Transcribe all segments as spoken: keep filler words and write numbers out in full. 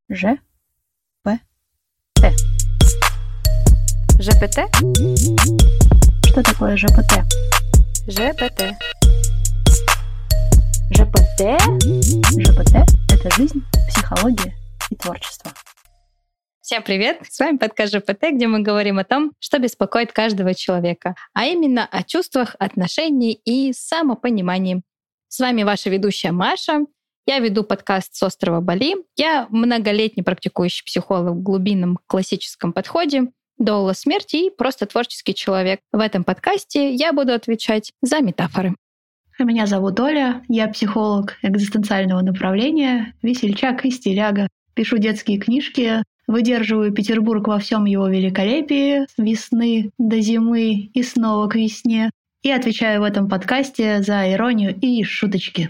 Ж. П. Т. ЖПТ? Что такое ЖПТ? ЖПТ. ЖПТ? ЖПТ — это жизнь, психология и творчество. Всем привет! С вами подкаст ЖПТ, где мы говорим о том, что беспокоит каждого человека, а именно о чувствах, отношениях и самопонимании. С вами ваша ведущая Маша. Я веду подкаст с острова Бали. Я многолетний практикующий психолог в глубинном классическом подходе, доула смерти и просто творческий человек. В этом подкасте я буду отвечать за метафоры. Меня зовут Оля, я психолог экзистенциального направления, весельчак и стиляга. Пишу детские книжки, выдерживаю Петербург во всем его великолепии, с весны до зимы и снова к весне, и отвечаю в этом подкасте за иронию и шуточки.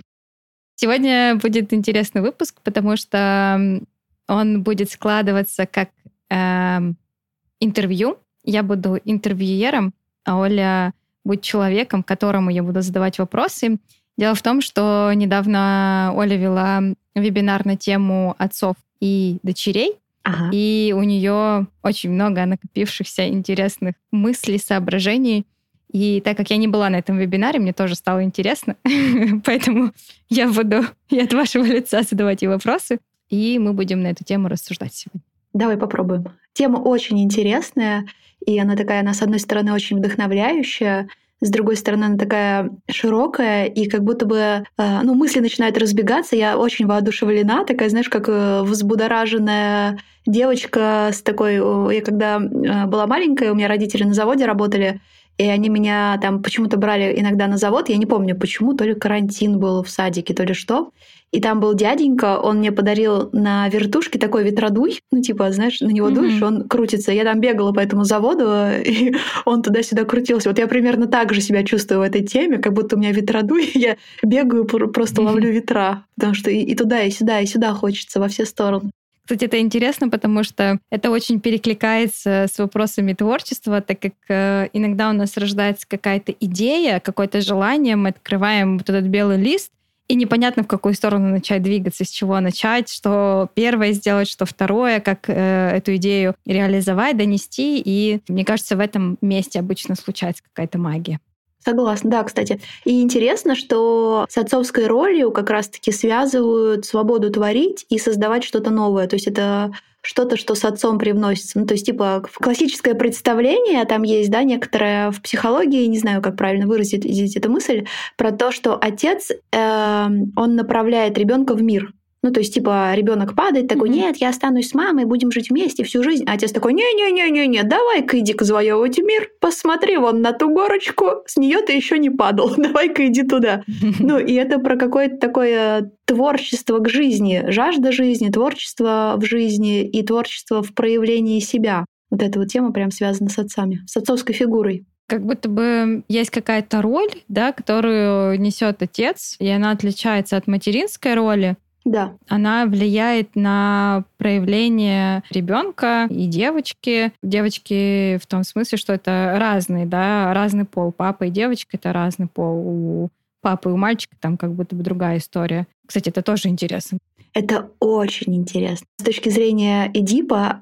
Сегодня будет интересный выпуск, потому что он будет складываться как э, интервью. Я буду интервьюером, а Оля будет человеком, которому я буду задавать вопросы. Дело в том, что недавно Оля вела вебинар на тему отцов и дочерей, Ага. и у нее очень много накопившихся интересных мыслей, соображений. И так как я не была на этом вебинаре, мне тоже стало интересно. Поэтому я буду и от вашего лица задавать ей вопросы, и мы будем на эту тему рассуждать сегодня. Давай попробуем. Тема очень интересная, и она такая, она, с одной стороны, очень вдохновляющая, с другой стороны, она такая широкая, и как будто бы ну, мысли начинают разбегаться. Я очень воодушевлена, такая, знаешь, как взбудораженная девочка с такой... Я когда была маленькая, у меня родители на заводе работали, и они меня там почему-то брали иногда на завод. Я не помню, почему. То ли карантин был в садике, то ли что. И там был дяденька, он мне подарил на вертушке такой ветродуй. Ну, типа, знаешь, на него дуешь, mm-hmm. он крутится. Я там бегала по этому заводу, и он туда-сюда крутился. Вот я примерно так же себя чувствую в этой теме, как будто у меня ветродуй, я бегаю, просто ловлю ветра. Потому что и, и туда, и сюда, и сюда хочется, во все стороны. Кстати, это интересно, потому что это очень перекликается с вопросами творчества, так как э, иногда у нас рождается какая-то идея, какое-то желание, мы открываем вот этот белый лист, и непонятно, в какую сторону начать двигаться, с чего начать, что первое сделать, что второе, как э, эту идею реализовать, донести. И мне кажется, в этом месте обычно случается какая-то магия. Согласна, да, кстати. И интересно, что с отцовской ролью как раз-таки связывают свободу творить и создавать что-то новое. То есть это что-то, что с отцом привносится. Ну, то есть, типа, классическое представление, там есть, да, некоторое в психологии, не знаю, как правильно выразить здесь эту мысль, про то, что отец, э, он направляет ребенка в мир. Ну, то есть, типа, ребенок падает, такой, нет, я останусь с мамой, будем жить вместе всю жизнь. А отец такой, не-не-не-не-не, давай-ка иди-ка завоевывать мир, посмотри вон на ту горочку, с нее ты еще не падал, давай-ка иди туда. Ну, и это про какое-то такое творчество к жизни, жажда жизни, творчество в жизни и творчество в проявлении себя. Вот эта вот тема прям связана с отцами, с отцовской фигурой. Как будто бы есть какая-то роль, да, которую несет отец, и она отличается от материнской роли. Да. Она влияет на проявление ребенка и девочки. Девочки в том смысле, что это разные, да, разный пол. Папа и девочка — это разный пол. У папы и у мальчика там как будто бы другая история. Кстати, это тоже интересно. Это очень интересно. С точки зрения Эдипа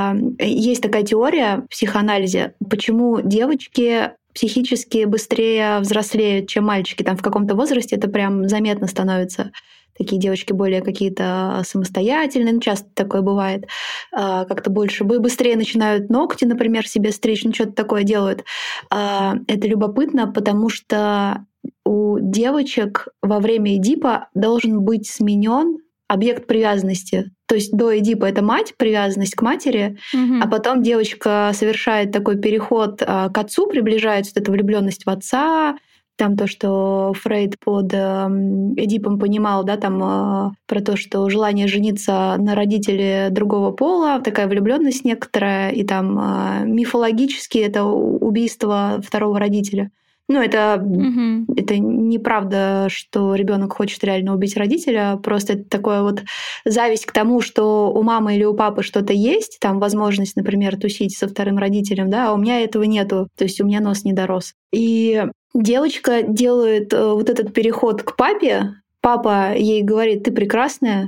есть такая теория в психоанализе, почему девочки психически быстрее взрослеют, чем мальчики. Там в каком-то возрасте это прям заметно становится. Такие девочки более какие-то самостоятельные, ну, часто такое бывает. Как-то больше, быстрее начинают ногти, например, себе стричь, ну, что-то такое делают. Это любопытно, потому что у девочек во время Эдипа должен быть сменен объект привязанности. То есть до Эдипа это мать, привязанность к матери, mm-hmm. а потом девочка совершает такой переход к отцу, приближается вот эта влюбленность в отца. Там то, что Фрейд под Эдипом понимал, да, там про то, что желание жениться на родителе другого пола, такая влюбленность некоторая, и там мифологически это убийство второго родителя. Ну, это, mm-hmm. это неправда, что ребенок хочет реально убить родителя, просто это такое вот зависть к тому, что у мамы или у папы что-то есть, там возможность, например, тусить со вторым родителем, да, а у меня этого нету, то есть у меня нос не дорос. И девочка делает вот этот переход к папе, папа ей говорит: ты прекрасная,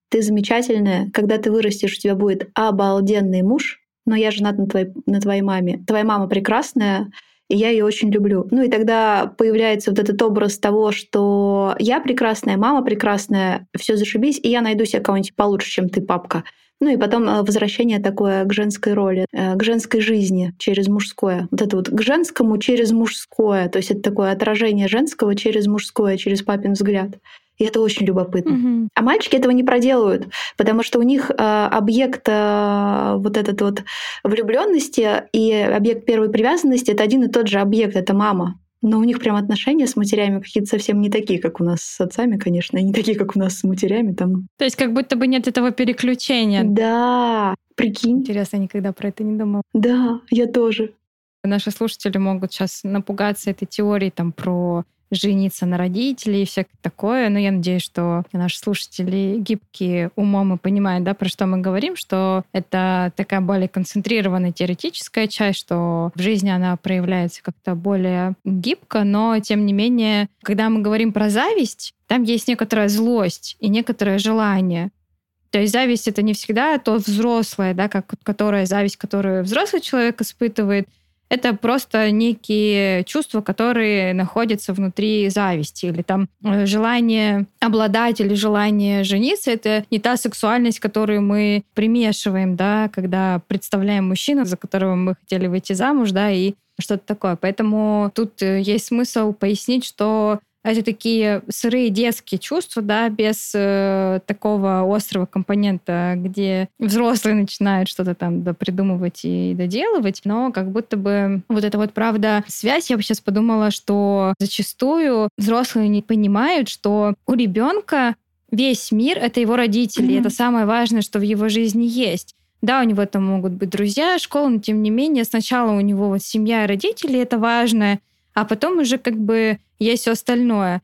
ты замечательная, когда ты вырастешь, у тебя будет обалденный муж, но я женат на твоей, на твоей маме. Твоя мама прекрасная, и я ее очень люблю. Ну и тогда появляется вот этот образ того, что я прекрасная, мама прекрасная, все зашибись, и я найду себе кого-нибудь получше, чем ты, папка. Ну и потом возвращение такое к женской роли, к женской жизни через мужское. Вот это вот к женскому через мужское. То есть это такое отражение женского через мужское, через папин взгляд. И это очень любопытно. Mm-hmm. А мальчики этого не проделывают, потому что у них э, объект э, вот этот вот влюбленности и объект первой привязанности — это один и тот же объект, это мама. Но у них прям отношения с матерями какие-то совсем не такие, как у нас с отцами, конечно, и не такие, как у нас с матерями. Там. То есть как будто бы нет этого переключения. Да, прикинь. Интересно, я никогда про это не думала. Да, я тоже. Наши слушатели могут сейчас напугаться этой теорией там про жениться на родителей и всякое такое. Но я надеюсь, что наши слушатели гибкие умом и понимают, да, про что мы говорим, что это такая более концентрированная теоретическая часть, что в жизни она проявляется как-то более гибко, но тем не менее, когда мы говорим про зависть, там есть некоторая злость и некоторое желание. То есть зависть — это не всегда то взрослое, да, как, которая зависть, которую взрослый человек испытывает. Это просто некие чувства, которые находятся внутри зависти. Или там желание обладать или желание жениться — это не та сексуальность, которую мы примешиваем, да, когда представляем мужчину, за которого мы хотели выйти замуж, да, и что-то такое. Поэтому тут есть смысл пояснить, что это такие сырые детские чувства, да, без э, такого острого компонента, где взрослые начинают что-то там допридумывать и доделывать, но как будто бы вот эта вот, правда, связь, я бы сейчас подумала, что зачастую взрослые не понимают, что у ребенка весь мир — это его родители, mm-hmm. это самое важное, что в его жизни есть. Да, у него там могут быть друзья, школа, но тем не менее сначала у него вот семья и родители — это важное, а потом уже как бы есть все остальное.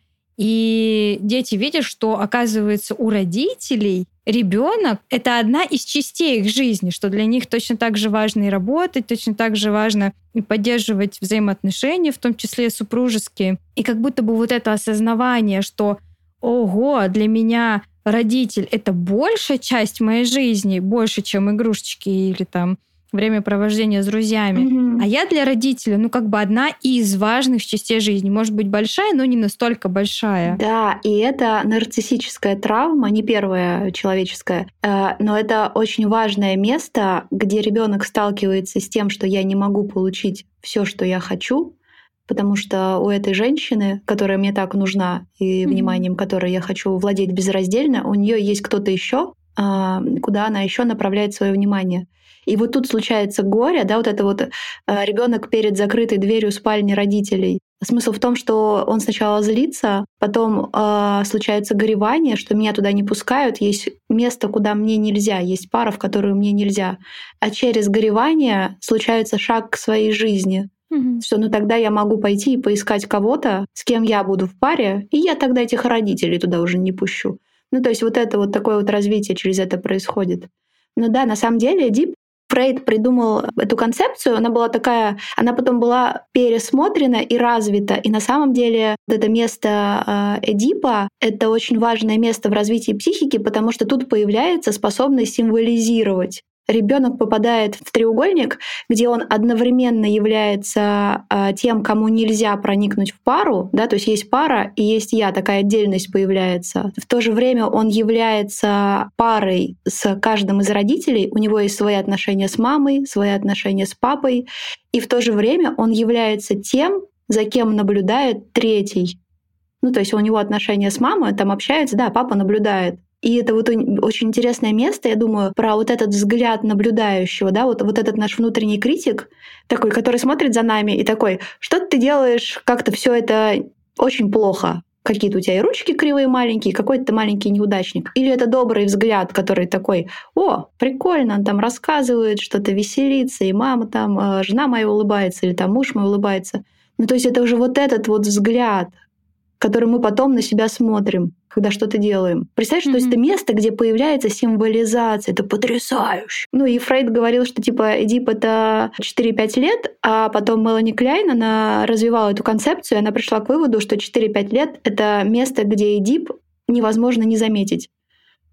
И дети видят, что, оказывается, у родителей ребенок — это одна из частей их жизни, что для них точно так же важно и работать, точно так же важно и поддерживать взаимоотношения, в том числе супружеские. И как будто бы вот это осознавание, что ого, для меня родитель — это большая часть моей жизни, больше, чем игрушечки или там времяпровождение с друзьями. Mm-hmm. А я для родителя, ну, как бы одна из важных частей жизни. Может быть, большая, но не настолько большая. Да, и это нарциссическая травма, не первая человеческая, но это очень важное место, где ребенок сталкивается с тем, что я не могу получить все, что я хочу, потому что у этой женщины, которая мне так нужна, и mm-hmm. вниманием которой я хочу владеть безраздельно, у нее есть кто-то еще, куда она еще направляет свое внимание. И вот тут случается горе, да, вот это вот ребенок перед закрытой дверью спальни родителей. Смысл в том, что он сначала злится, потом э, случается горевание, что меня туда не пускают, есть место, куда мне нельзя, есть пара, в которую мне нельзя. А через горевание случается шаг к своей жизни. Mm-hmm. Что ну тогда я могу пойти и поискать кого-то, с кем я буду в паре, и я тогда этих родителей туда уже не пущу. Ну то есть вот это вот такое вот развитие через это происходит. Ну да, на самом деле Эдип, Фрейд придумал эту концепцию, она была такая, она потом была пересмотрена и развита. И на самом деле вот это место Эдипа — это очень важное место в развитии психики, потому что тут появляется способность символизировать. Ребенок попадает в треугольник, где он одновременно является э, тем, кому нельзя проникнуть в пару, да, то есть есть пара и есть я, такая отдельность появляется. В то же время он является парой с каждым из родителей, у него есть свои отношения с мамой, свои отношения с папой, и в то же время он является тем, за кем наблюдает третий. Ну, то есть у него отношения с мамой, там общаются, да, папа наблюдает. И это вот очень интересное место, я думаю, про вот этот взгляд наблюдающего, да, вот, вот этот наш внутренний критик, такой, который смотрит за нами и такой, что ты делаешь, как-то все это очень плохо. Какие-то у тебя и ручки кривые маленькие, какой-то ты маленький неудачник. Или это добрый взгляд, который такой, о, прикольно, он там рассказывает, что-то веселится, и мама там, жена моя улыбается, или там муж мой улыбается. Ну, то есть это уже вот этот вот взгляд, который мы потом на себя смотрим, когда что-то делаем. Представь, mm-hmm. что это место, где появляется символизация. Это потрясающе. Ну и Фрейд говорил, что типа Эдип — это четыре-пять лет, а потом Мелани Кляйн, она развивала эту концепцию, и она пришла к выводу, что четыре-пять лет — это место, где Эдип невозможно не заметить.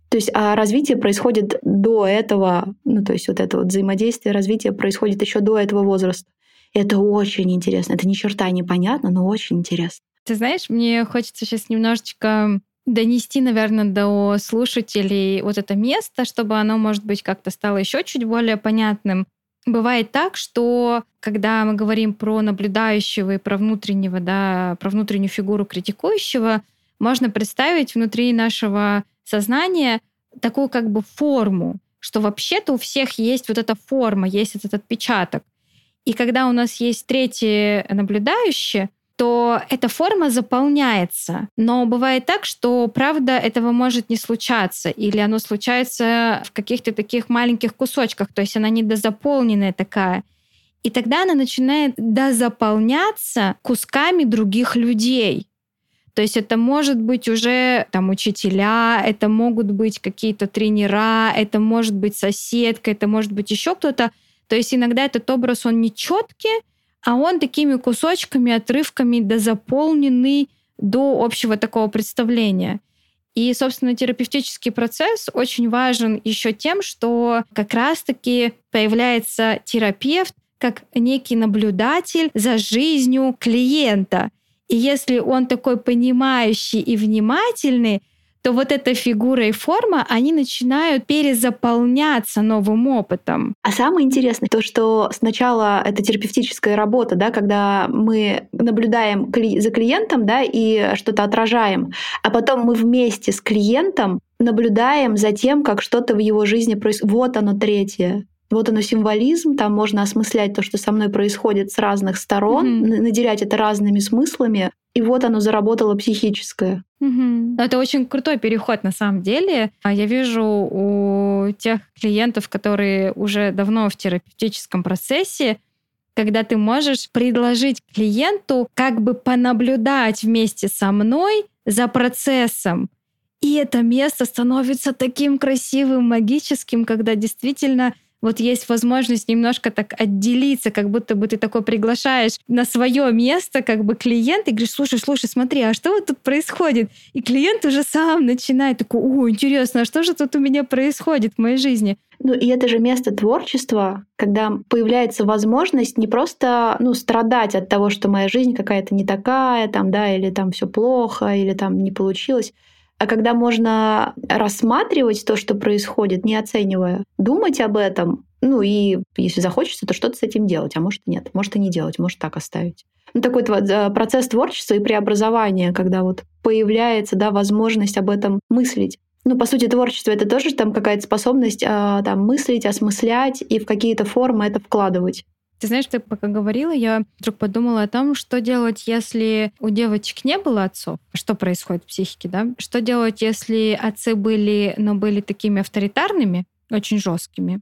То есть а развитие происходит до этого, ну то есть вот это вот взаимодействие, развитие происходит еще до этого возраста. Это очень интересно. Это ни черта не понятно, но очень интересно. Ты знаешь, мне хочется сейчас немножечко донести, наверное, до слушателей вот это место, чтобы оно, может быть, как-то стало еще чуть более понятным. Бывает так, что когда мы говорим про наблюдающего и про внутреннего, да, про внутреннюю фигуру критикующего, можно представить внутри нашего сознания такую как бы форму, что вообще-то у всех есть вот эта форма, есть этот отпечаток. И когда у нас есть третье наблюдающее, то эта форма заполняется. Но бывает так, что, правда, этого может не случаться, или оно случается в каких-то таких маленьких кусочках, то есть она недозаполненная такая. И тогда она начинает дозаполняться кусками других людей. То есть это может быть уже там учителя, это могут быть какие-то тренера, это может быть соседка, это может быть еще кто-то. То есть иногда этот образ, он не четкий, а он такими кусочками, отрывками дозаполненный до общего такого представления. И, собственно, терапевтический процесс очень важен еще тем, что как раз-таки появляется терапевт как некий наблюдатель за жизнью клиента. И если он такой понимающий и внимательный, то вот эта фигура и форма, они начинают перезаполняться новым опытом. А самое интересное то, что сначала это терапевтическая работа, да, когда мы наблюдаем за клиентом, да, и что-то отражаем, а потом мы вместе с клиентом наблюдаем за тем, как что-то в его жизни происходит. Вот оно третье. Вот оно символизм, там можно осмыслять то, что со мной происходит с разных сторон, mm-hmm. наделять это разными смыслами, и вот оно заработало психическое. Mm-hmm. Это очень крутой переход на самом деле. Я вижу у тех клиентов, которые уже давно в терапевтическом процессе, когда ты можешь предложить клиенту как бы понаблюдать вместе со мной за процессом. И это место становится таким красивым, магическим, когда действительно вот есть возможность немножко так отделиться, как будто бы ты такой приглашаешь на свое место как бы клиента и говоришь: слушай, слушай, смотри, а что вот тут происходит? И клиент уже сам начинает такой: о, интересно, а что же тут у меня происходит в моей жизни? Ну и это же место творчества, когда появляется возможность не просто, ну, страдать от того, что моя жизнь какая-то не такая, там, да, или там все плохо, или там не получилось, а когда можно рассматривать то, что происходит, не оценивая, думать об этом, ну и если захочется, то что-то с этим делать, а может и нет, может и не делать, может так оставить. Ну, такой процесс творчества и преобразования, когда вот появляется, да, возможность об этом мыслить. Ну, по сути, творчество — это тоже там какая-то способность а, там, мыслить, осмыслять и в какие-то формы это вкладывать. Ты знаешь, ты пока говорила, я вдруг подумала о том, что делать, если у девочек не было отцов, что происходит в психике, да? Что делать, если отцы были, но были такими авторитарными, очень жесткими?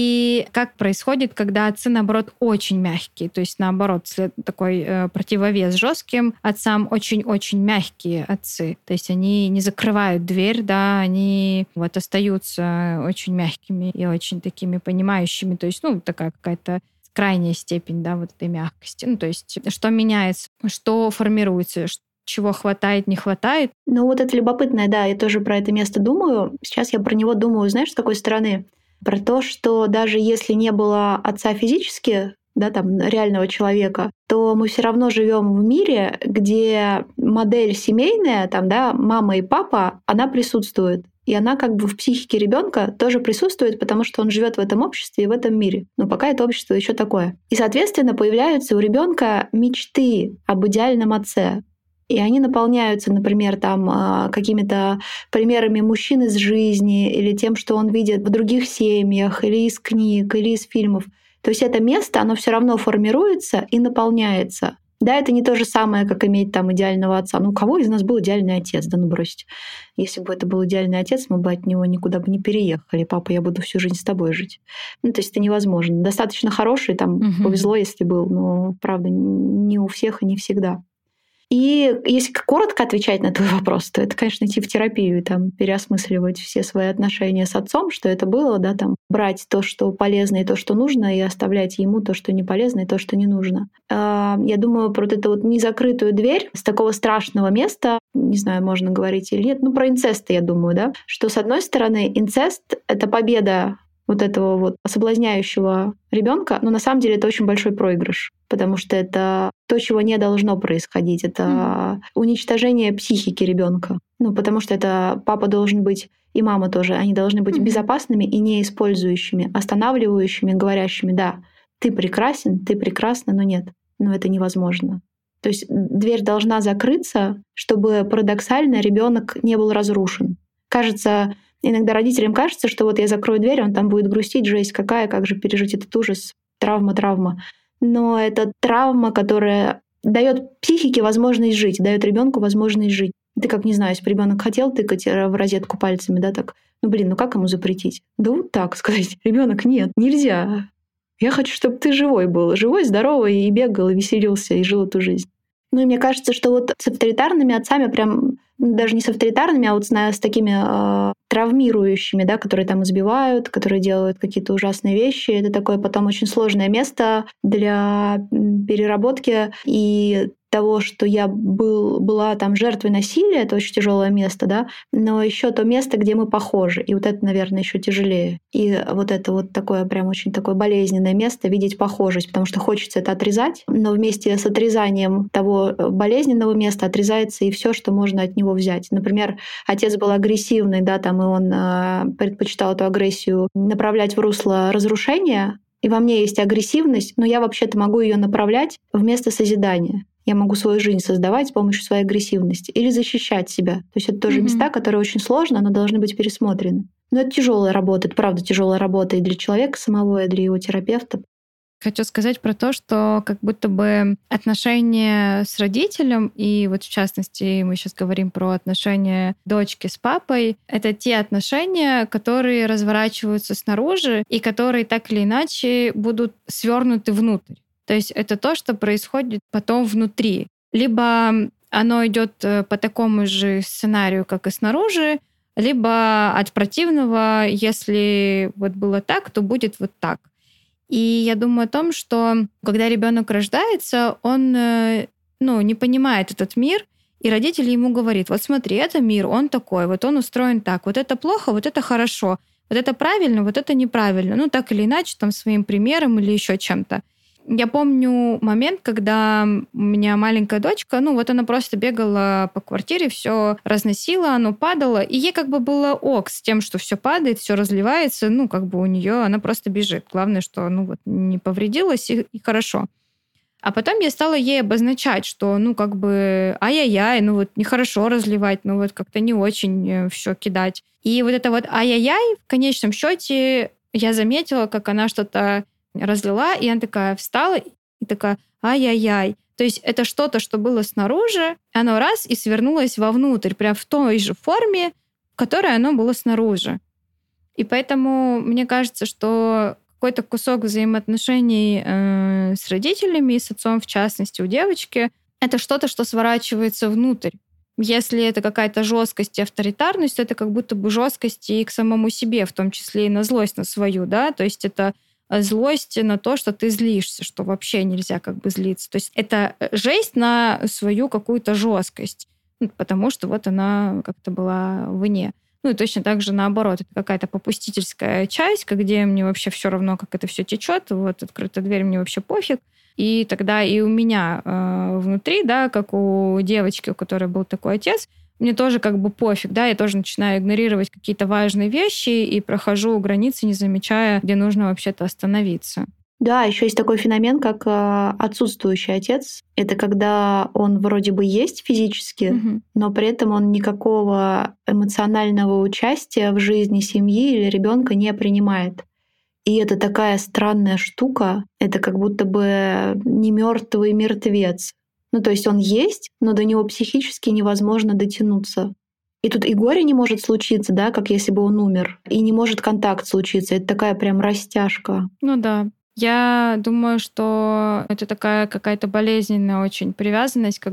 И как происходит, когда отцы, наоборот, очень мягкие, то есть, наоборот, такой э, противовес жестким отцам, очень-очень мягкие отцы, то есть они не закрывают дверь, да, они вот остаются очень мягкими и очень такими понимающими, то есть, ну, такая какая-то крайняя степень, да, вот этой мягкости. Ну, то есть что меняется, что формируется, чего хватает, не хватает. Ну, вот это любопытное, да, я тоже про это место думаю. Сейчас я про него думаю, знаешь, с какой стороны? Про то, что даже если не было отца физически, да, там, реального человека, то мы все равно живем в мире, где модель семейная, там, да, мама и папа, она присутствует. И она как бы в психике ребенка тоже присутствует, потому что он живет в этом обществе и в этом мире. Но пока это общество еще такое. И, соответственно, появляются у ребенка мечты об идеальном отце. И они наполняются, например, там, какими-то примерами мужчин из жизни или тем, что он видит в других семьях, или из книг, или из фильмов. То есть это место, оно все равно формируется и наполняется. Да, это не то же самое, как иметь там идеального отца. Ну, у кого из нас был идеальный отец? Да ну бросьте. Если бы это был идеальный отец, мы бы от него никуда бы не переехали. Папа, я буду всю жизнь с тобой жить. Ну, то есть это невозможно. Достаточно хороший, там, угу. повезло, если был, но, правда, не у всех и не всегда. И если коротко отвечать на твой вопрос, то это, конечно, идти в терапию и там переосмысливать все свои отношения с отцом, что это было, да, там брать то, что полезно и то, что нужно, и оставлять ему то, что не полезно и то, что не нужно. Я думаю, про вот эту вот незакрытую дверь с такого страшного места, не знаю, можно говорить или нет, ну про инцест, я думаю, да, что с одной стороны инцест — это победа вот этого вот соблазняющего ребенка, но на самом деле это очень большой проигрыш, потому что это то, чего не должно происходить, это mm-hmm. уничтожение психики ребенка. Ну, потому что это папа должен быть, и мама тоже, они должны быть mm-hmm. безопасными и не использующими, останавливающими, говорящими: да, ты прекрасен, ты прекрасна, но нет, но это невозможно. То есть дверь должна закрыться, чтобы парадоксально ребенок не был разрушен. Кажется, иногда родителям кажется, что вот я закрою дверь, он там будет грустить, жесть какая, как же пережить этот ужас, травма, травма. Но это травма, которая дает психике возможность жить, дает ребенку возможность жить. Ты как, не знаю, если бы ребенок хотел тыкать в розетку пальцами, да, так, ну блин, ну как ему запретить? Да вот так сказать, ребенок, нет, нельзя. Я хочу, чтобы ты живой был, живой, здоровый, и бегал, и веселился, и жил эту жизнь. Ну и мне кажется, что вот с авторитарными отцами прям, даже не с авторитарными, а вот с, с такими э, травмирующими, да, которые там избивают, которые делают какие-то ужасные вещи. Это такое потом очень сложное место для переработки и того, что я был, была там жертвой насилия, это очень тяжелое место, да, но еще то место, где мы похожи. И вот это, наверное, еще тяжелее. И вот это вот такое прям очень такое болезненное место, видеть похожесть, потому что хочется это отрезать, но вместе с отрезанием того болезненного места отрезается и все, что можно от него взять. Например, отец был агрессивный, да, там, и он э, предпочитал эту агрессию направлять в русло разрушения, и во мне есть агрессивность, но я вообще-то могу ее направлять вместо созидания. Я могу свою жизнь создавать с помощью своей агрессивности или защищать себя. То есть это тоже mm-hmm. места, которые очень сложно, но должны быть пересмотрены. Но это тяжелая работа, это правда тяжелая работа и для человека самого, и для его терапевта. Хочу сказать про то, что как будто бы отношения с родителем, и вот в частности мы сейчас говорим про отношения дочки с папой, это те отношения, которые разворачиваются снаружи и которые так или иначе будут свернуты внутрь. То есть это то, что происходит потом внутри. Либо оно идет по такому же сценарию, как и снаружи, либо от противного, если вот было так, то будет вот так. И я думаю о том, что когда ребенок рождается, он ну, не понимает этот мир, и родитель ему говорит: вот смотри, это мир, он такой, вот он устроен так, вот это плохо, вот это хорошо, вот это правильно, вот это неправильно. Ну, так или иначе, там, своим примером или еще чем-то. Я помню момент, когда у меня маленькая дочка, ну вот она просто бегала по квартире, все разносила, оно падало, и ей как бы было ок с тем, что все падает, все разливается, ну как бы у нее она просто бежит. Главное, что ну вот не повредилась и, и хорошо. А потом я стала ей обозначать, что ну как бы ай-яй-яй, ну вот нехорошо разливать, ну вот как-то не очень все кидать. И вот это вот ай-яй-яй в конечном счете я заметила, как она что-то разлила, и она такая встала и такая ай-яй-яй. То есть это что-то, что было снаружи, оно раз и свернулось вовнутрь, прям в той же форме, в которой оно было снаружи. И поэтому мне кажется, что какой-то кусок взаимоотношений э, с родителями, и с отцом в частности, у девочки, это что-то, что сворачивается внутрь. Если это какая-то жесткость и авторитарность, это как будто бы жесткость и к самому себе, в том числе и на злость на свою, да, то есть это злость на то, что ты злишься, что вообще нельзя как бы злиться. То есть это жесть на свою какую-то жесткость, потому что вот она как-то была вне. Ну и точно так же наоборот, это какая-то попустительская часть, где мне вообще все равно, как это все течет, вот открытая дверь, мне вообще пофиг. И тогда и у меня э, внутри, да, как у девочки, у которой был такой отец, мне тоже как бы пофиг, да, я тоже начинаю игнорировать какие-то важные вещи и прохожу границы, не замечая, где нужно вообще-то остановиться. Да, еще есть такой феномен, как отсутствующий отец. Это когда он вроде бы есть физически, угу. но при этом он никакого эмоционального участия в жизни семьи или ребенка не принимает. И это такая странная штука. Это как будто бы не мертвый мертвец. Ну, то есть он есть, но до него психически невозможно дотянуться. И тут и горе не может случиться, да, как если бы он умер. И не может контакт случиться. Это такая прям растяжка. Ну да. Я думаю, что это такая какая-то болезненная очень привязанность, когда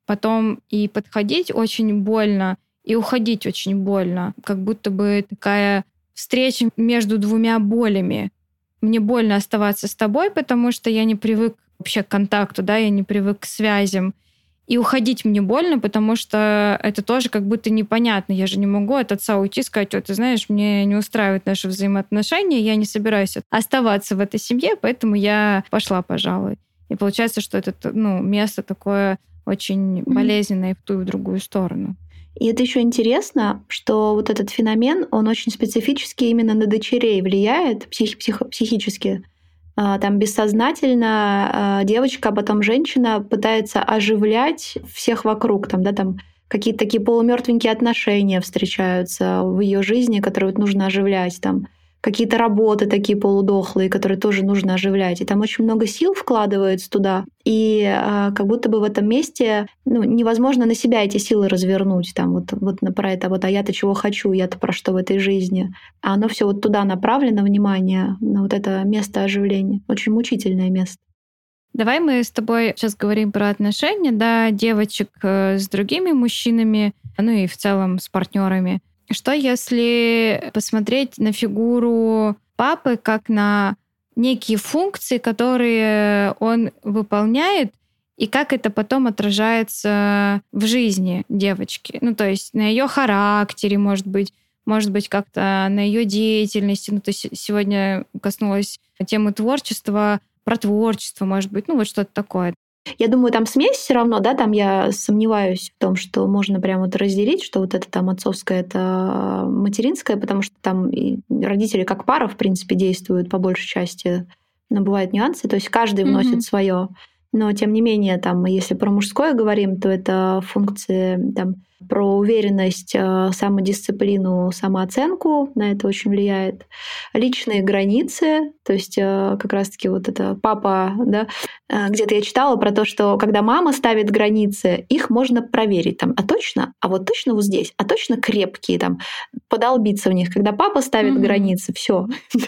потом и подходить очень больно, и уходить очень больно. Как будто бы такая встреча между двумя болями. Мне больно оставаться с тобой, потому что я не привык вообще к контакту, да, я не привык к связям. И уходить мне больно, потому что это тоже как будто непонятно. Я же не могу от отца уйти и сказать: вот, ты знаешь, мне не устраивают наши взаимоотношения, я не собираюсь оставаться в этой семье, поэтому я пошла, пожалуй. И получается, что это, ну, место такое очень болезненное и в ту, и в другую сторону. И это еще интересно, что вот этот феномен, он очень специфически именно на дочерей влияет психи- психо- психически. Там бессознательно девочка, а потом женщина пытается оживлять всех вокруг. Там, да, там какие-то такие полумертвенькие отношения встречаются в ее жизни, которые вот нужно оживлять. Там какие-то работы такие полудохлые, которые тоже нужно оживлять. И там очень много сил вкладывается туда. И а, как будто бы в этом месте, ну, невозможно на себя эти силы развернуть. Там вот, вот про это вот, а я-то чего хочу, я-то про что в этой жизни. А оно все вот туда направлено, внимание, на вот это место оживления. Очень мучительное место. Давай мы с тобой сейчас говорим про отношения, да, девочек с другими мужчинами, ну и в целом с партнерами. Что если посмотреть на фигуру папы как на некие функции, которые он выполняет, и как это потом отражается в жизни девочки? Ну, то есть на ее характере, может быть, может быть, как-то на ее деятельности. Ну, то есть сегодня коснулась темы творчества, про творчество, может быть, ну, вот что-то такое. Я думаю, там смесь все равно, да, там я сомневаюсь в том, что можно прямо вот разделить, что вот это там отцовское, это материнское, потому что там и родители как пара, в принципе, действуют по большей части, но бывают нюансы, то есть каждый вносит mm-hmm. свое. Но тем не менее, там, если про мужское говорим, то это функции там, про уверенность, самодисциплину, самооценку, на это очень влияет. Личные границы, то есть как раз-таки вот это папа, да, где-то я читала про то, что когда мама ставит границы, их можно проверить, там, а точно, а вот точно вот здесь, а точно крепкие, там, подолбиться в них. Когда папа ставит mm-hmm. границы, все.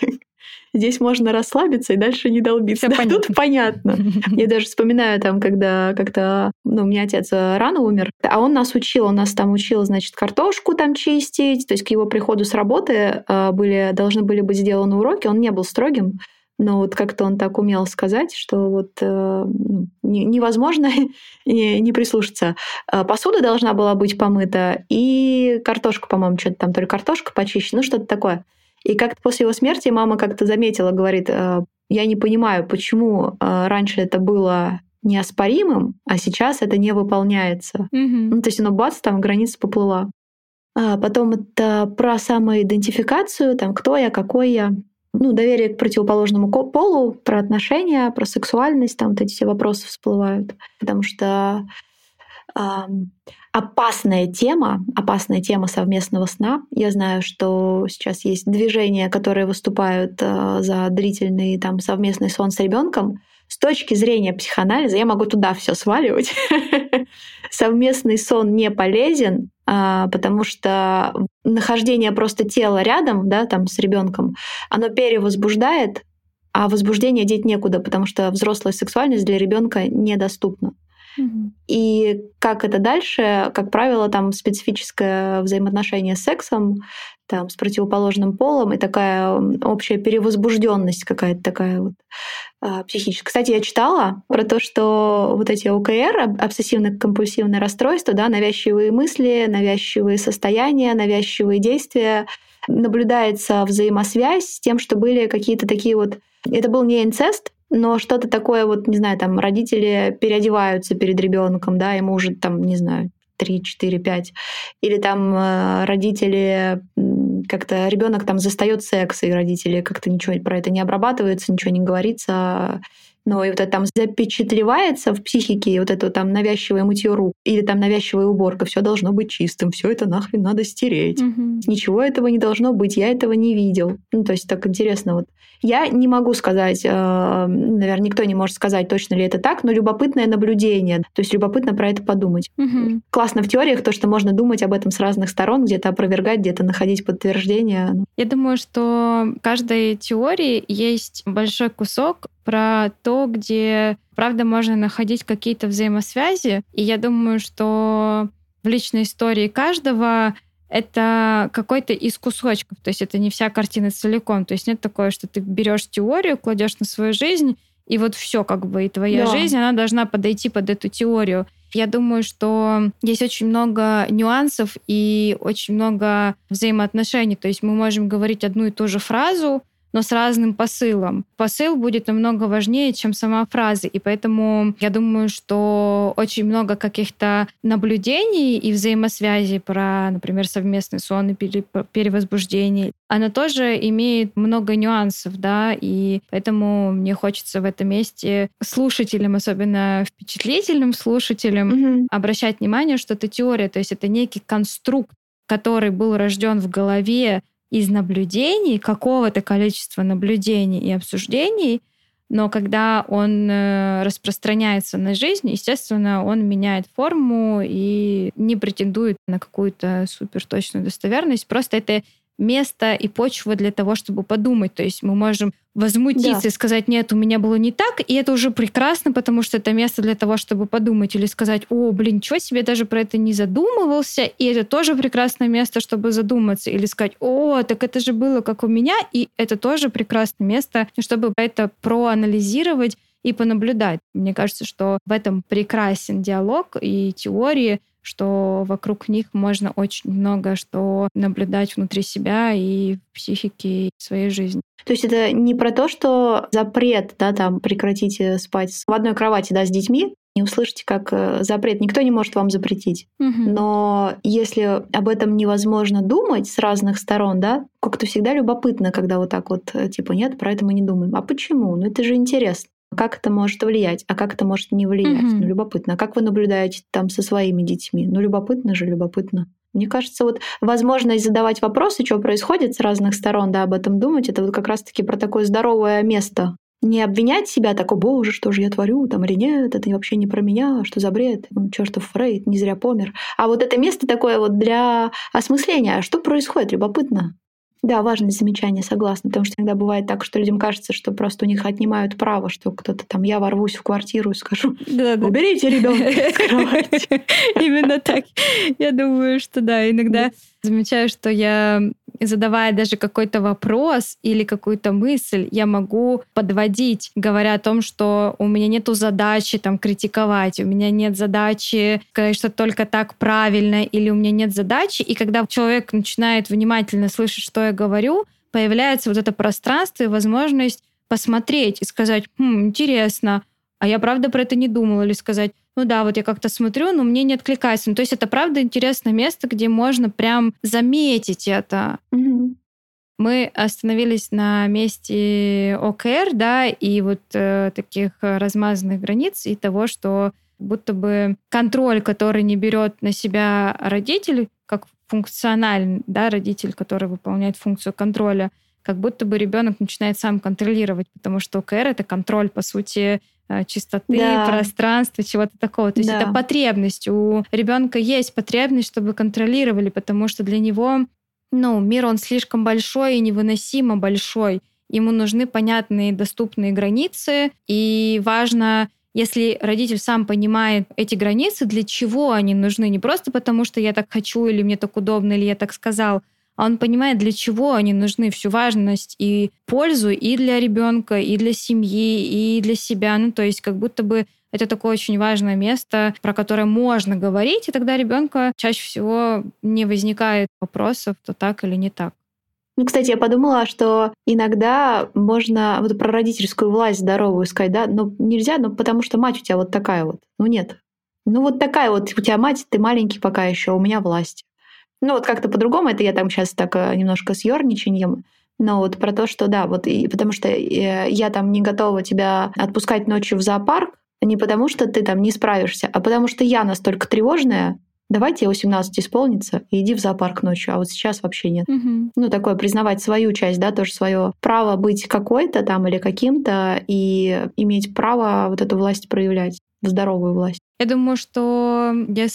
Здесь можно расслабиться и дальше не долбиться. Да, тут понятно. Я даже вспоминаю, там, когда как-то, ну, у меня отец рано умер, а он нас учил, он нас там учил, значит, картошку там чистить, то есть к его приходу с работы были, должны были быть сделаны уроки, он не был строгим, но вот как-то он так умел сказать, что вот э, невозможно не, не прислушаться. Посуда должна была быть помыта, и картошка, по-моему, что-то там, то ли картошка почищена, ну, что-то такое. И как-то после его смерти мама как-то заметила, говорит, я не понимаю, почему раньше это было неоспоримым, а сейчас это не выполняется. Mm-hmm. Ну, то есть оно бац, там граница поплыла. А потом это про самоидентификацию, там, кто я, какой я. Ну, доверие к противоположному полу, про отношения, про сексуальность, там вот эти все вопросы всплывают. Потому что эм, опасная тема, опасная тема совместного сна. Я знаю, что сейчас есть движения, которые выступают э, за длительный там, совместный сон с ребенком. С точки зрения психоанализа, я могу туда все сваливать. Совместный сон не полезен, э, потому что нахождение просто тела рядом, да, там, с ребенком, оно перевозбуждает, а возбуждение деть некуда, потому что взрослая сексуальность для ребенка недоступна. Mm-hmm. И как это дальше, как правило, там специфическое взаимоотношение с сексом, там, с противоположным полом и такая общая перевозбужденность какая-то такая вот а, психическая. Кстати, я читала про то, что вот эти о ка эр, обсессивно-компульсивное расстройство, да, навязчивые мысли, навязчивые состояния, навязчивые действия, наблюдается взаимосвязь с тем, что были какие-то такие вот... Это был не инцест, но что-то такое, вот, не знаю, там родители переодеваются перед ребенком, да, ему уже там, не знаю, три, четыре, пять. Или там родители как-то, ребенок там застает секс, и родители как-то ничего про это не обрабатываются, ничего не говорится. Но и вот это там запечатлевается в психике, вот это там навязчивое мытье рук или там навязчивая уборка, все должно быть чистым, все это нахрен надо стереть. Mm-hmm. Ничего этого не должно быть, я этого не видел. Ну, то есть так интересно. Вот. Я не могу сказать, наверное, никто не может сказать, точно ли это так, но любопытное наблюдение. То есть любопытно про это подумать. Mm-hmm. Классно в теориях то, что можно думать об этом с разных сторон, где-то опровергать, где-то находить подтверждение. Я думаю, что в каждой теории есть большой кусок про то, где, правда, можно находить какие-то взаимосвязи. И я думаю, что в личной истории каждого это какой-то из кусочков. То есть это не вся картина целиком. То есть нет такое, что ты берешь теорию, кладешь на свою жизнь, и вот все как бы, и твоя Да. жизнь, она должна подойти под эту теорию. Я думаю, что есть очень много нюансов и очень много взаимоотношений. То есть мы можем говорить одну и ту же фразу, но с разным посылом. Посыл будет намного важнее, чем сама фраза. И поэтому я думаю, что очень много каких-то наблюдений и взаимосвязей про, например, совместный сон и пере- перевозбуждение. Оно тоже имеет много нюансов, да, и поэтому мне хочется в этом месте слушателям, особенно впечатлительным слушателям, Мгм. обращать внимание, что это теория, то есть это некий конструкт, который был рожден в голове из наблюдений, какого-то количества наблюдений и обсуждений, но когда он э, распространяется на жизнь, естественно, он меняет форму и не претендует на какую-то суперточную достоверность. Просто это место и почва для того, чтобы подумать. То есть мы можем возмутиться Да. и сказать, нет, у меня было не так, и это уже прекрасно, потому что это место для того, чтобы подумать. Или сказать, о, блин, ничего себе, даже про это не задумывался, и это тоже прекрасное место, чтобы задуматься. Или сказать, о, так это же было как у меня, и это тоже прекрасное место, чтобы это проанализировать и понаблюдать. Мне кажется, что в этом прекрасен диалог и теории, что вокруг них можно очень много что наблюдать внутри себя и в психике, и в своей жизни. То есть это не про то, что запрет, да, там, прекратите спать в одной кровати, да, с детьми, не услышите как э, запрет. Никто не может вам запретить. Мгм. Но если об этом невозможно думать с разных сторон, да, как-то всегда любопытно, когда вот так вот, э, типа, нет, про это мы не думаем. А почему? Ну это же интересно. Как это может влиять, а как это может не влиять? Мгм. Ну, любопытно. А как вы наблюдаете там со своими детьми? Ну, любопытно же, любопытно. Мне кажется, вот возможность задавать вопросы, что происходит с разных сторон, да, об этом думать, это вот как раз-таки про такое здоровое место. Не обвинять себя так, о боже, что же я творю, там, или нет, это вообще не про меня, что за бред, ну, чертов Фрейд, не зря помер. А вот это место такое вот для осмысления, что происходит, любопытно. Да, важное замечание, согласна. Потому что иногда бывает так, что людям кажется, что просто у них отнимают право, что кто-то там, я ворвусь в квартиру и скажу, Да-да. уберите ребенка с кровати. Именно так. Я думаю, что да, иногда замечаю, что я, задавая даже какой-то вопрос или какую-то мысль, я могу подводить, говоря о том, что у меня нету задачи там критиковать, у меня нет задачи сказать, что только так правильно, или у меня нет задачи. И когда человек начинает внимательно слышать, что я говорю, появляется вот это пространство и возможность посмотреть и сказать, хм, интересно, а я правда про это не думала, или сказать, ну да, вот я как-то смотрю, но мне не откликается. Ну, то есть это правда интересное место, где можно прям заметить это. Мгм. Мы остановились на месте ОКР, да, и вот э, таких э, размазанных границ, и того, что будто бы контроль, который не берет на себя родитель, как функциональный, да, родитель, который выполняет функцию контроля, как будто бы ребенок начинает сам контролировать, потому что ОКР — это контроль, по сути, э, чистоты, Да. пространства, чего-то такого. То есть Да. это потребность. У ребенка есть потребность, чтобы контролировали, потому что для него, ну, мир, он слишком большой и невыносимо большой. Ему нужны понятные, доступные границы, и важно, если родитель сам понимает эти границы, для чего они нужны, не просто потому, что я так хочу, или мне так удобно, или я так сказал, а он понимает, для чего они нужны, всю важность и пользу и для ребенка, и для семьи, и для себя. Ну, то есть как будто бы это такое очень важное место, про которое можно говорить, и тогда ребенка чаще всего не возникает вопросов, то так или не так. Ну, кстати, я подумала, что иногда можно вот про родительскую власть здоровую сказать, да, но нельзя, ну, потому что мать у тебя вот такая вот. Ну, нет. Ну, вот такая вот у тебя мать, ты маленький пока еще, у меня власть. Ну, вот как-то по-другому, это я там сейчас так э, немножко с ёрничаньем, но вот про то, что да, вот и потому что э, я там не готова тебя отпускать ночью в зоопарк, не потому что ты там не справишься, а потому что я настолько тревожная, давай тебе восемнадцать исполнится, и иди в зоопарк ночью, а вот сейчас вообще нет. Мгм. Ну, такое признавать свою часть, да, тоже свое право быть какой-то там или каким-то и иметь право вот эту власть проявлять, здоровую власть. Я думаю, что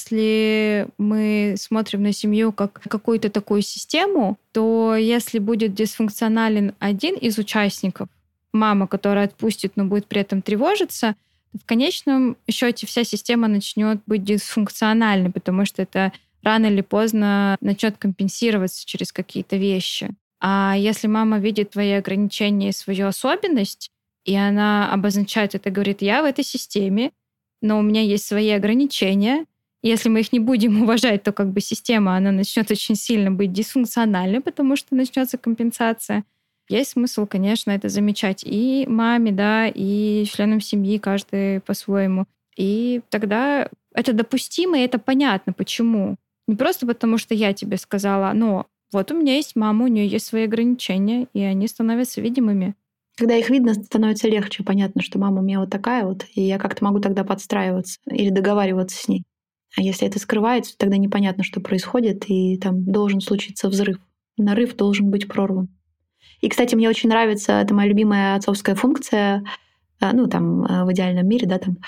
если мы смотрим на семью как какую-то такую систему, то если будет дисфункционален один из участников, мама, которая отпустит, но будет при этом тревожиться, то в конечном счете вся система начнет быть дисфункциональной, потому что это рано или поздно начнет компенсироваться через какие-то вещи. А если мама видит твои ограничения и свою особенность, и она обозначает это, говорит, я в этой системе, но у меня есть свои ограничения. Если мы их не будем уважать, то как бы система, она начнет очень сильно быть дисфункциональной, потому что начнется компенсация. Есть смысл, конечно, это замечать и маме, да, и членам семьи, каждый по-своему. И тогда это допустимо, и это понятно, почему. Не просто потому, что я тебе сказала, но вот у меня есть мама, у нее есть свои ограничения, и они становятся видимыми. Когда их видно, становится легче. Понятно, что мама у меня вот такая вот, и я как-то могу тогда подстраиваться или договариваться с ней. А если это скрывается, тогда непонятно, что происходит, и там должен случиться взрыв. Нарыв должен быть прорван. И, кстати, мне очень нравится, это моя любимая отцовская функция, ну, там, в идеальном мире, да, там,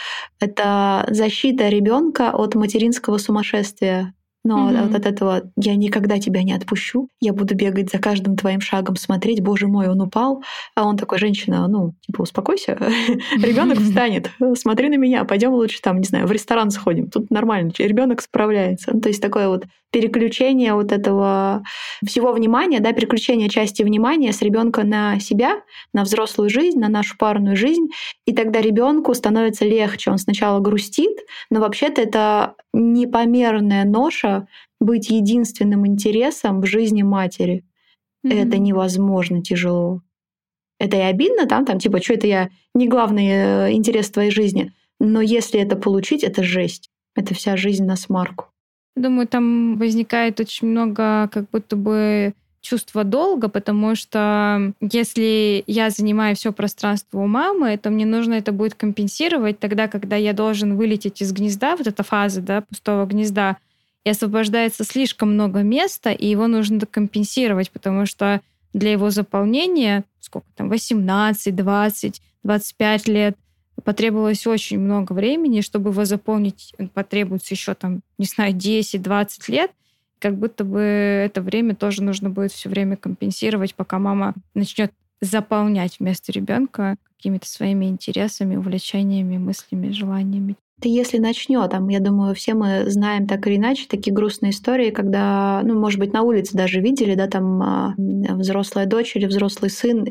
это защита ребенка от материнского сумасшествия. Но mm-hmm. вот от этого я никогда тебя не отпущу. Я буду бегать за каждым твоим шагом, смотреть, боже мой, он упал. А он такой, женщина, ну, типа, успокойся, ребенок встанет, смотри на меня, пойдем лучше там, не знаю, в ресторан сходим. Тут нормально, ребенок справляется. Ну, то есть такое вот переключение вот этого всего внимания, да, переключение части внимания с ребенка на себя, на взрослую жизнь, на нашу парную жизнь. И тогда ребенку становится легче. Он сначала грустит, но вообще-то это непомерная ноша быть единственным интересом в жизни матери. Mm-hmm. Это невозможно тяжело. Это и обидно, там, там, типа, что это я не главный интерес в твоей жизни. Но если это получить, это жесть. Это вся жизнь на смарку. Думаю, там возникает очень много как будто бы чувства долга, потому что если я занимаю все пространство у мамы, то мне нужно это будет компенсировать тогда, когда я должен вылететь из гнезда, вот эта фаза, да, пустого гнезда, и освобождается слишком много места, и его нужно компенсировать, потому что для его заполнения, сколько там, восемнадцать, двадцать, двадцать пять лет, потребовалось очень много времени, чтобы его заполнить, потребуется еще там, не знаю, десять-двадцать лет. Как будто бы это время тоже нужно будет все время компенсировать, пока мама начнет заполнять вместо ребенка какими-то своими интересами, увлечениями, мыслями, желаниями. Ты если начнет, там, я думаю, все мы знаем так или иначе такие грустные истории, когда, ну, может быть, на улице даже видели, да, там взрослая дочь или взрослый сын,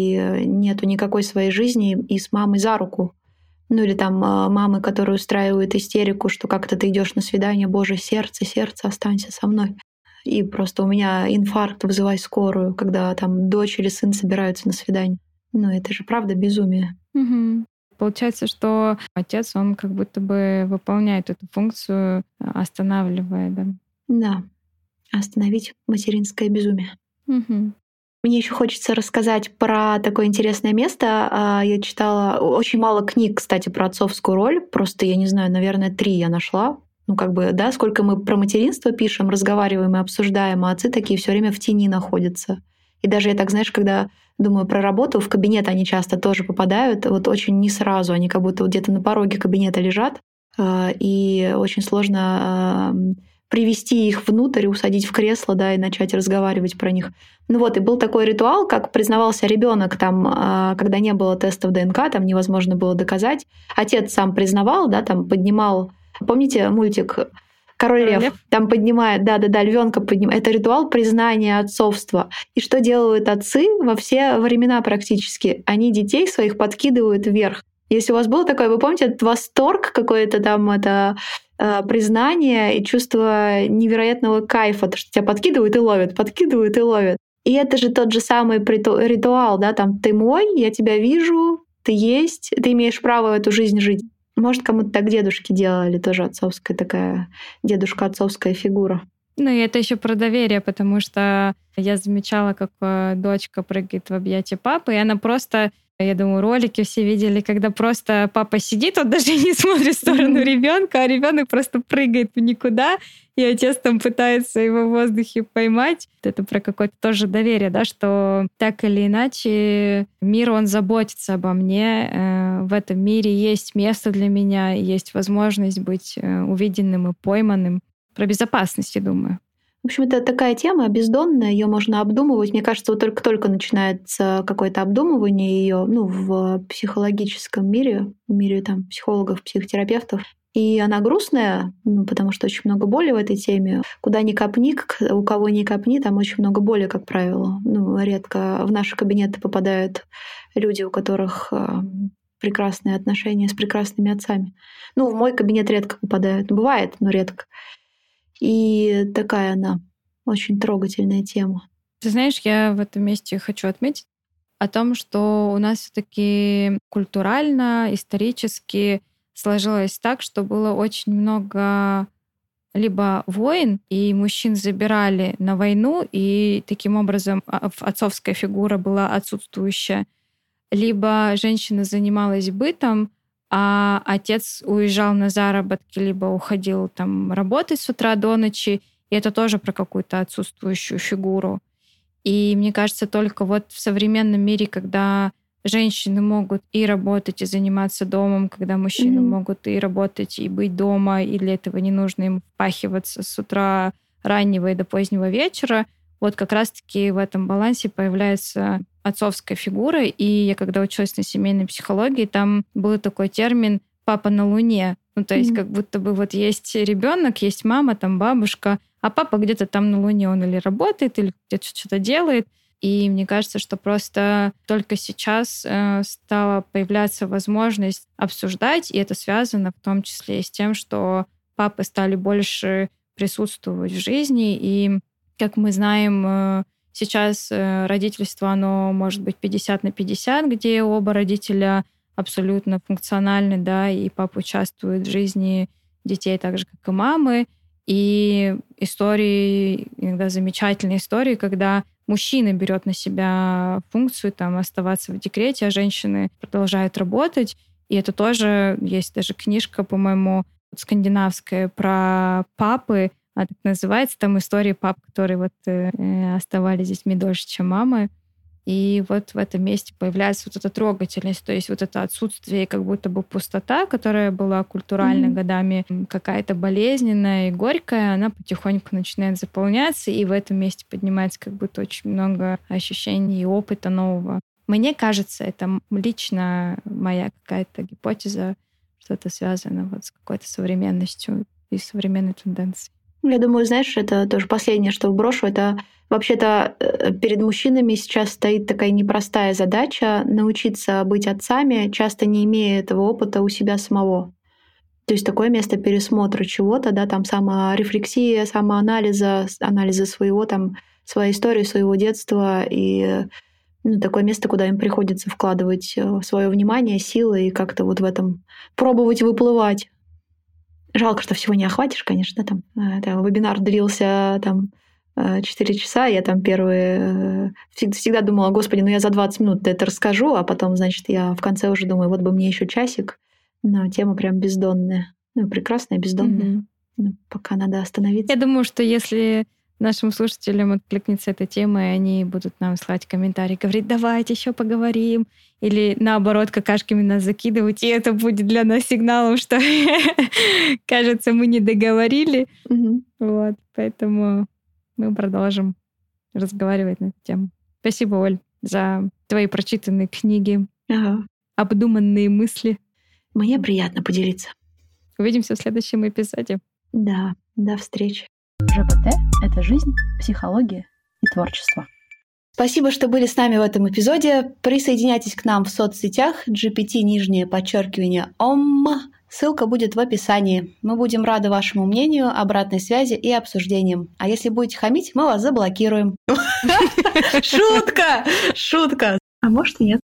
и нету никакой своей жизни, и с мамой за руку. Ну или там мамы, которые устраивают истерику, что как-то ты идешь на свидание, боже, сердце, сердце, останься со мной. И просто у меня инфаркт, вызывай скорую, когда там дочь или сын собираются на свидание. Ну это же правда безумие. Угу. Получается, что отец, он как будто бы выполняет эту функцию, останавливая, да? Да, остановить материнское безумие. Угу. Мне еще хочется рассказать про такое интересное место. Я читала очень мало книг, кстати, про отцовскую роль. Просто, я не знаю, наверное, три я нашла. Ну, как бы, да, сколько мы про материнство пишем, разговариваем и обсуждаем, а отцы такие все время в тени находятся. И даже я так, знаешь, когда думаю про работу, в кабинет они часто тоже попадают, вот очень не сразу, они как будто вот где-то на пороге кабинета лежат, и очень сложно привести их внутрь, усадить в кресло, да, и начать разговаривать про них. Ну вот, и был такой ритуал, как признавался ребенок, там, когда не было тестов ДНК, там невозможно было доказать. Отец сам признавал, да, там поднимал, помните мультик «Король лев»? Лев. Там поднимает, да-да-да, львенка поднимает. Это ритуал признания отцовства. И что делают отцы во все времена практически? Они детей своих подкидывают вверх. Если у вас было такое, вы помните этот восторг какой-то там, это э, признание и чувство невероятного кайфа, то, что тебя подкидывают и ловят, подкидывают и ловят. И это же тот же самый ритуал, да, там ты мой, я тебя вижу, ты есть, ты имеешь право эту жизнь жить. Может, кому-то так дедушки делали, тоже отцовская такая, дедушка-отцовская фигура. Ну и это еще про доверие, потому что я замечала, как дочка прыгает в объятия папы, и она просто, я думаю, ролики все видели, когда просто папа сидит, он даже не смотрит в сторону mm-hmm. ребенка, а ребенок просто прыгает в никуда, и отец там пытается его в воздухе поймать. Это про какое-то тоже доверие, да, что так или иначе мир, он заботится обо мне. В этом мире есть место для меня, есть возможность быть увиденным и пойманным. Про безопасность, я думаю. В общем, это такая тема бездонная, ее можно обдумывать. Мне кажется, вот только-только начинается какое-то обдумывание ее, ну, в психологическом мире, в мире там психологов, психотерапевтов. И она грустная, ну, потому что очень много боли в этой теме. Куда ни копни, у кого ни копни, там очень много боли, как правило. Ну, редко в наши кабинеты попадают люди, у которых прекрасные отношения с прекрасными отцами. Ну, в мой кабинет редко попадают. Бывает, но редко. И такая она очень трогательная тема. Ты знаешь, я в этом месте хочу отметить о том, что у нас все-таки культурально, исторически сложилось так, что было очень много либо войн, и мужчин забирали на войну, и таким образом отцовская фигура была отсутствующая, либо женщина занималась бытом, а отец уезжал на заработки, либо уходил там работать с утра до ночи, и это тоже про какую-то отсутствующую фигуру. И мне кажется, только вот в современном мире, когда женщины могут и работать, и заниматься домом, когда мужчины mm-hmm. могут и работать, и быть дома, и для этого не нужно им впахиваться с утра раннего и до позднего вечера, вот как раз-таки в этом балансе появляется отцовская фигура. И я когда училась на семейной психологии, там был такой термин «папа на Луне». Ну, то есть mm-hmm. как будто бы вот есть ребенок, есть мама, там бабушка, а папа где-то там на Луне, он или работает, или где-то что-то делает. И мне кажется, что просто только сейчас э, стала появляться возможность обсуждать, и это связано в том числе и с тем, что папы стали больше присутствовать в жизни. И, как мы знаем, э, сейчас э, родительство, оно может быть пятьдесят на пятьдесят, где оба родителя абсолютно функциональны, да, и папа участвует в жизни детей так же, как и мамы. И истории, иногда замечательные истории, когда мужчина берет на себя функцию там, оставаться в декрете, а женщины продолжают работать. И это тоже есть даже книжка, по-моему, скандинавская про папы, она так называется, там истории пап, которые вот э, оставались с детьми дольше, чем мамы. И вот в этом месте появляется вот эта трогательность, то есть вот это отсутствие, как будто бы пустота, которая была культурально mm-hmm. годами какая-то болезненная и горькая, она потихоньку начинает заполняться, и в этом месте поднимается как будто очень много ощущений и опыта нового. Мне кажется, это лично моя какая-то гипотеза, что это связано вот с какой-то современностью и современной тенденцией. Я думаю, знаешь, это тоже последнее, что брошу, это вообще-то перед мужчинами сейчас стоит такая непростая задача научиться быть отцами, часто не имея этого опыта у себя самого. То есть такое место пересмотра чего-то, да, там саморефлексия, самоанализа, анализа своего, там, своей истории, своего детства, и ну, такое место, куда им приходится вкладывать свое внимание, силы и как-то вот в этом пробовать выплывать. Жалко, что всего не охватишь, конечно. Там, там вебинар длился там, четыре часа, я там первые... Всегда, всегда думала, господи, ну я за двадцать минут это расскажу, а потом, значит, я в конце уже думаю, вот бы мне еще часик. Но тема прям бездонная. Ну, прекрасная, бездонная. Mm-hmm. Ну, пока надо остановиться. Я думаю, что если нашим слушателям откликнется эта тема, и они будут нам слать комментарии, говорить, давайте еще поговорим, или наоборот, какашками нас закидывать, и это будет для нас сигналом, что, кажется, мы не договорили. Угу. Вот, поэтому мы продолжим разговаривать на эту тему. Спасибо, Оль, за твои прочитанные книги, ага. обдуманные мысли. Мне приятно поделиться. Увидимся в следующем эпизоде. Да, до встречи. ЖПТ – это жизнь, психология и творчество. Спасибо, что были с нами в этом эпизоде. Присоединяйтесь к нам в соцсетях джи пи ти нижнее подчеркивание ом. Ссылка будет в описании. Мы будем рады вашему мнению, обратной связи и обсуждениям. А если будете хамить, мы вас заблокируем. Шутка! Шутка! А может и нет.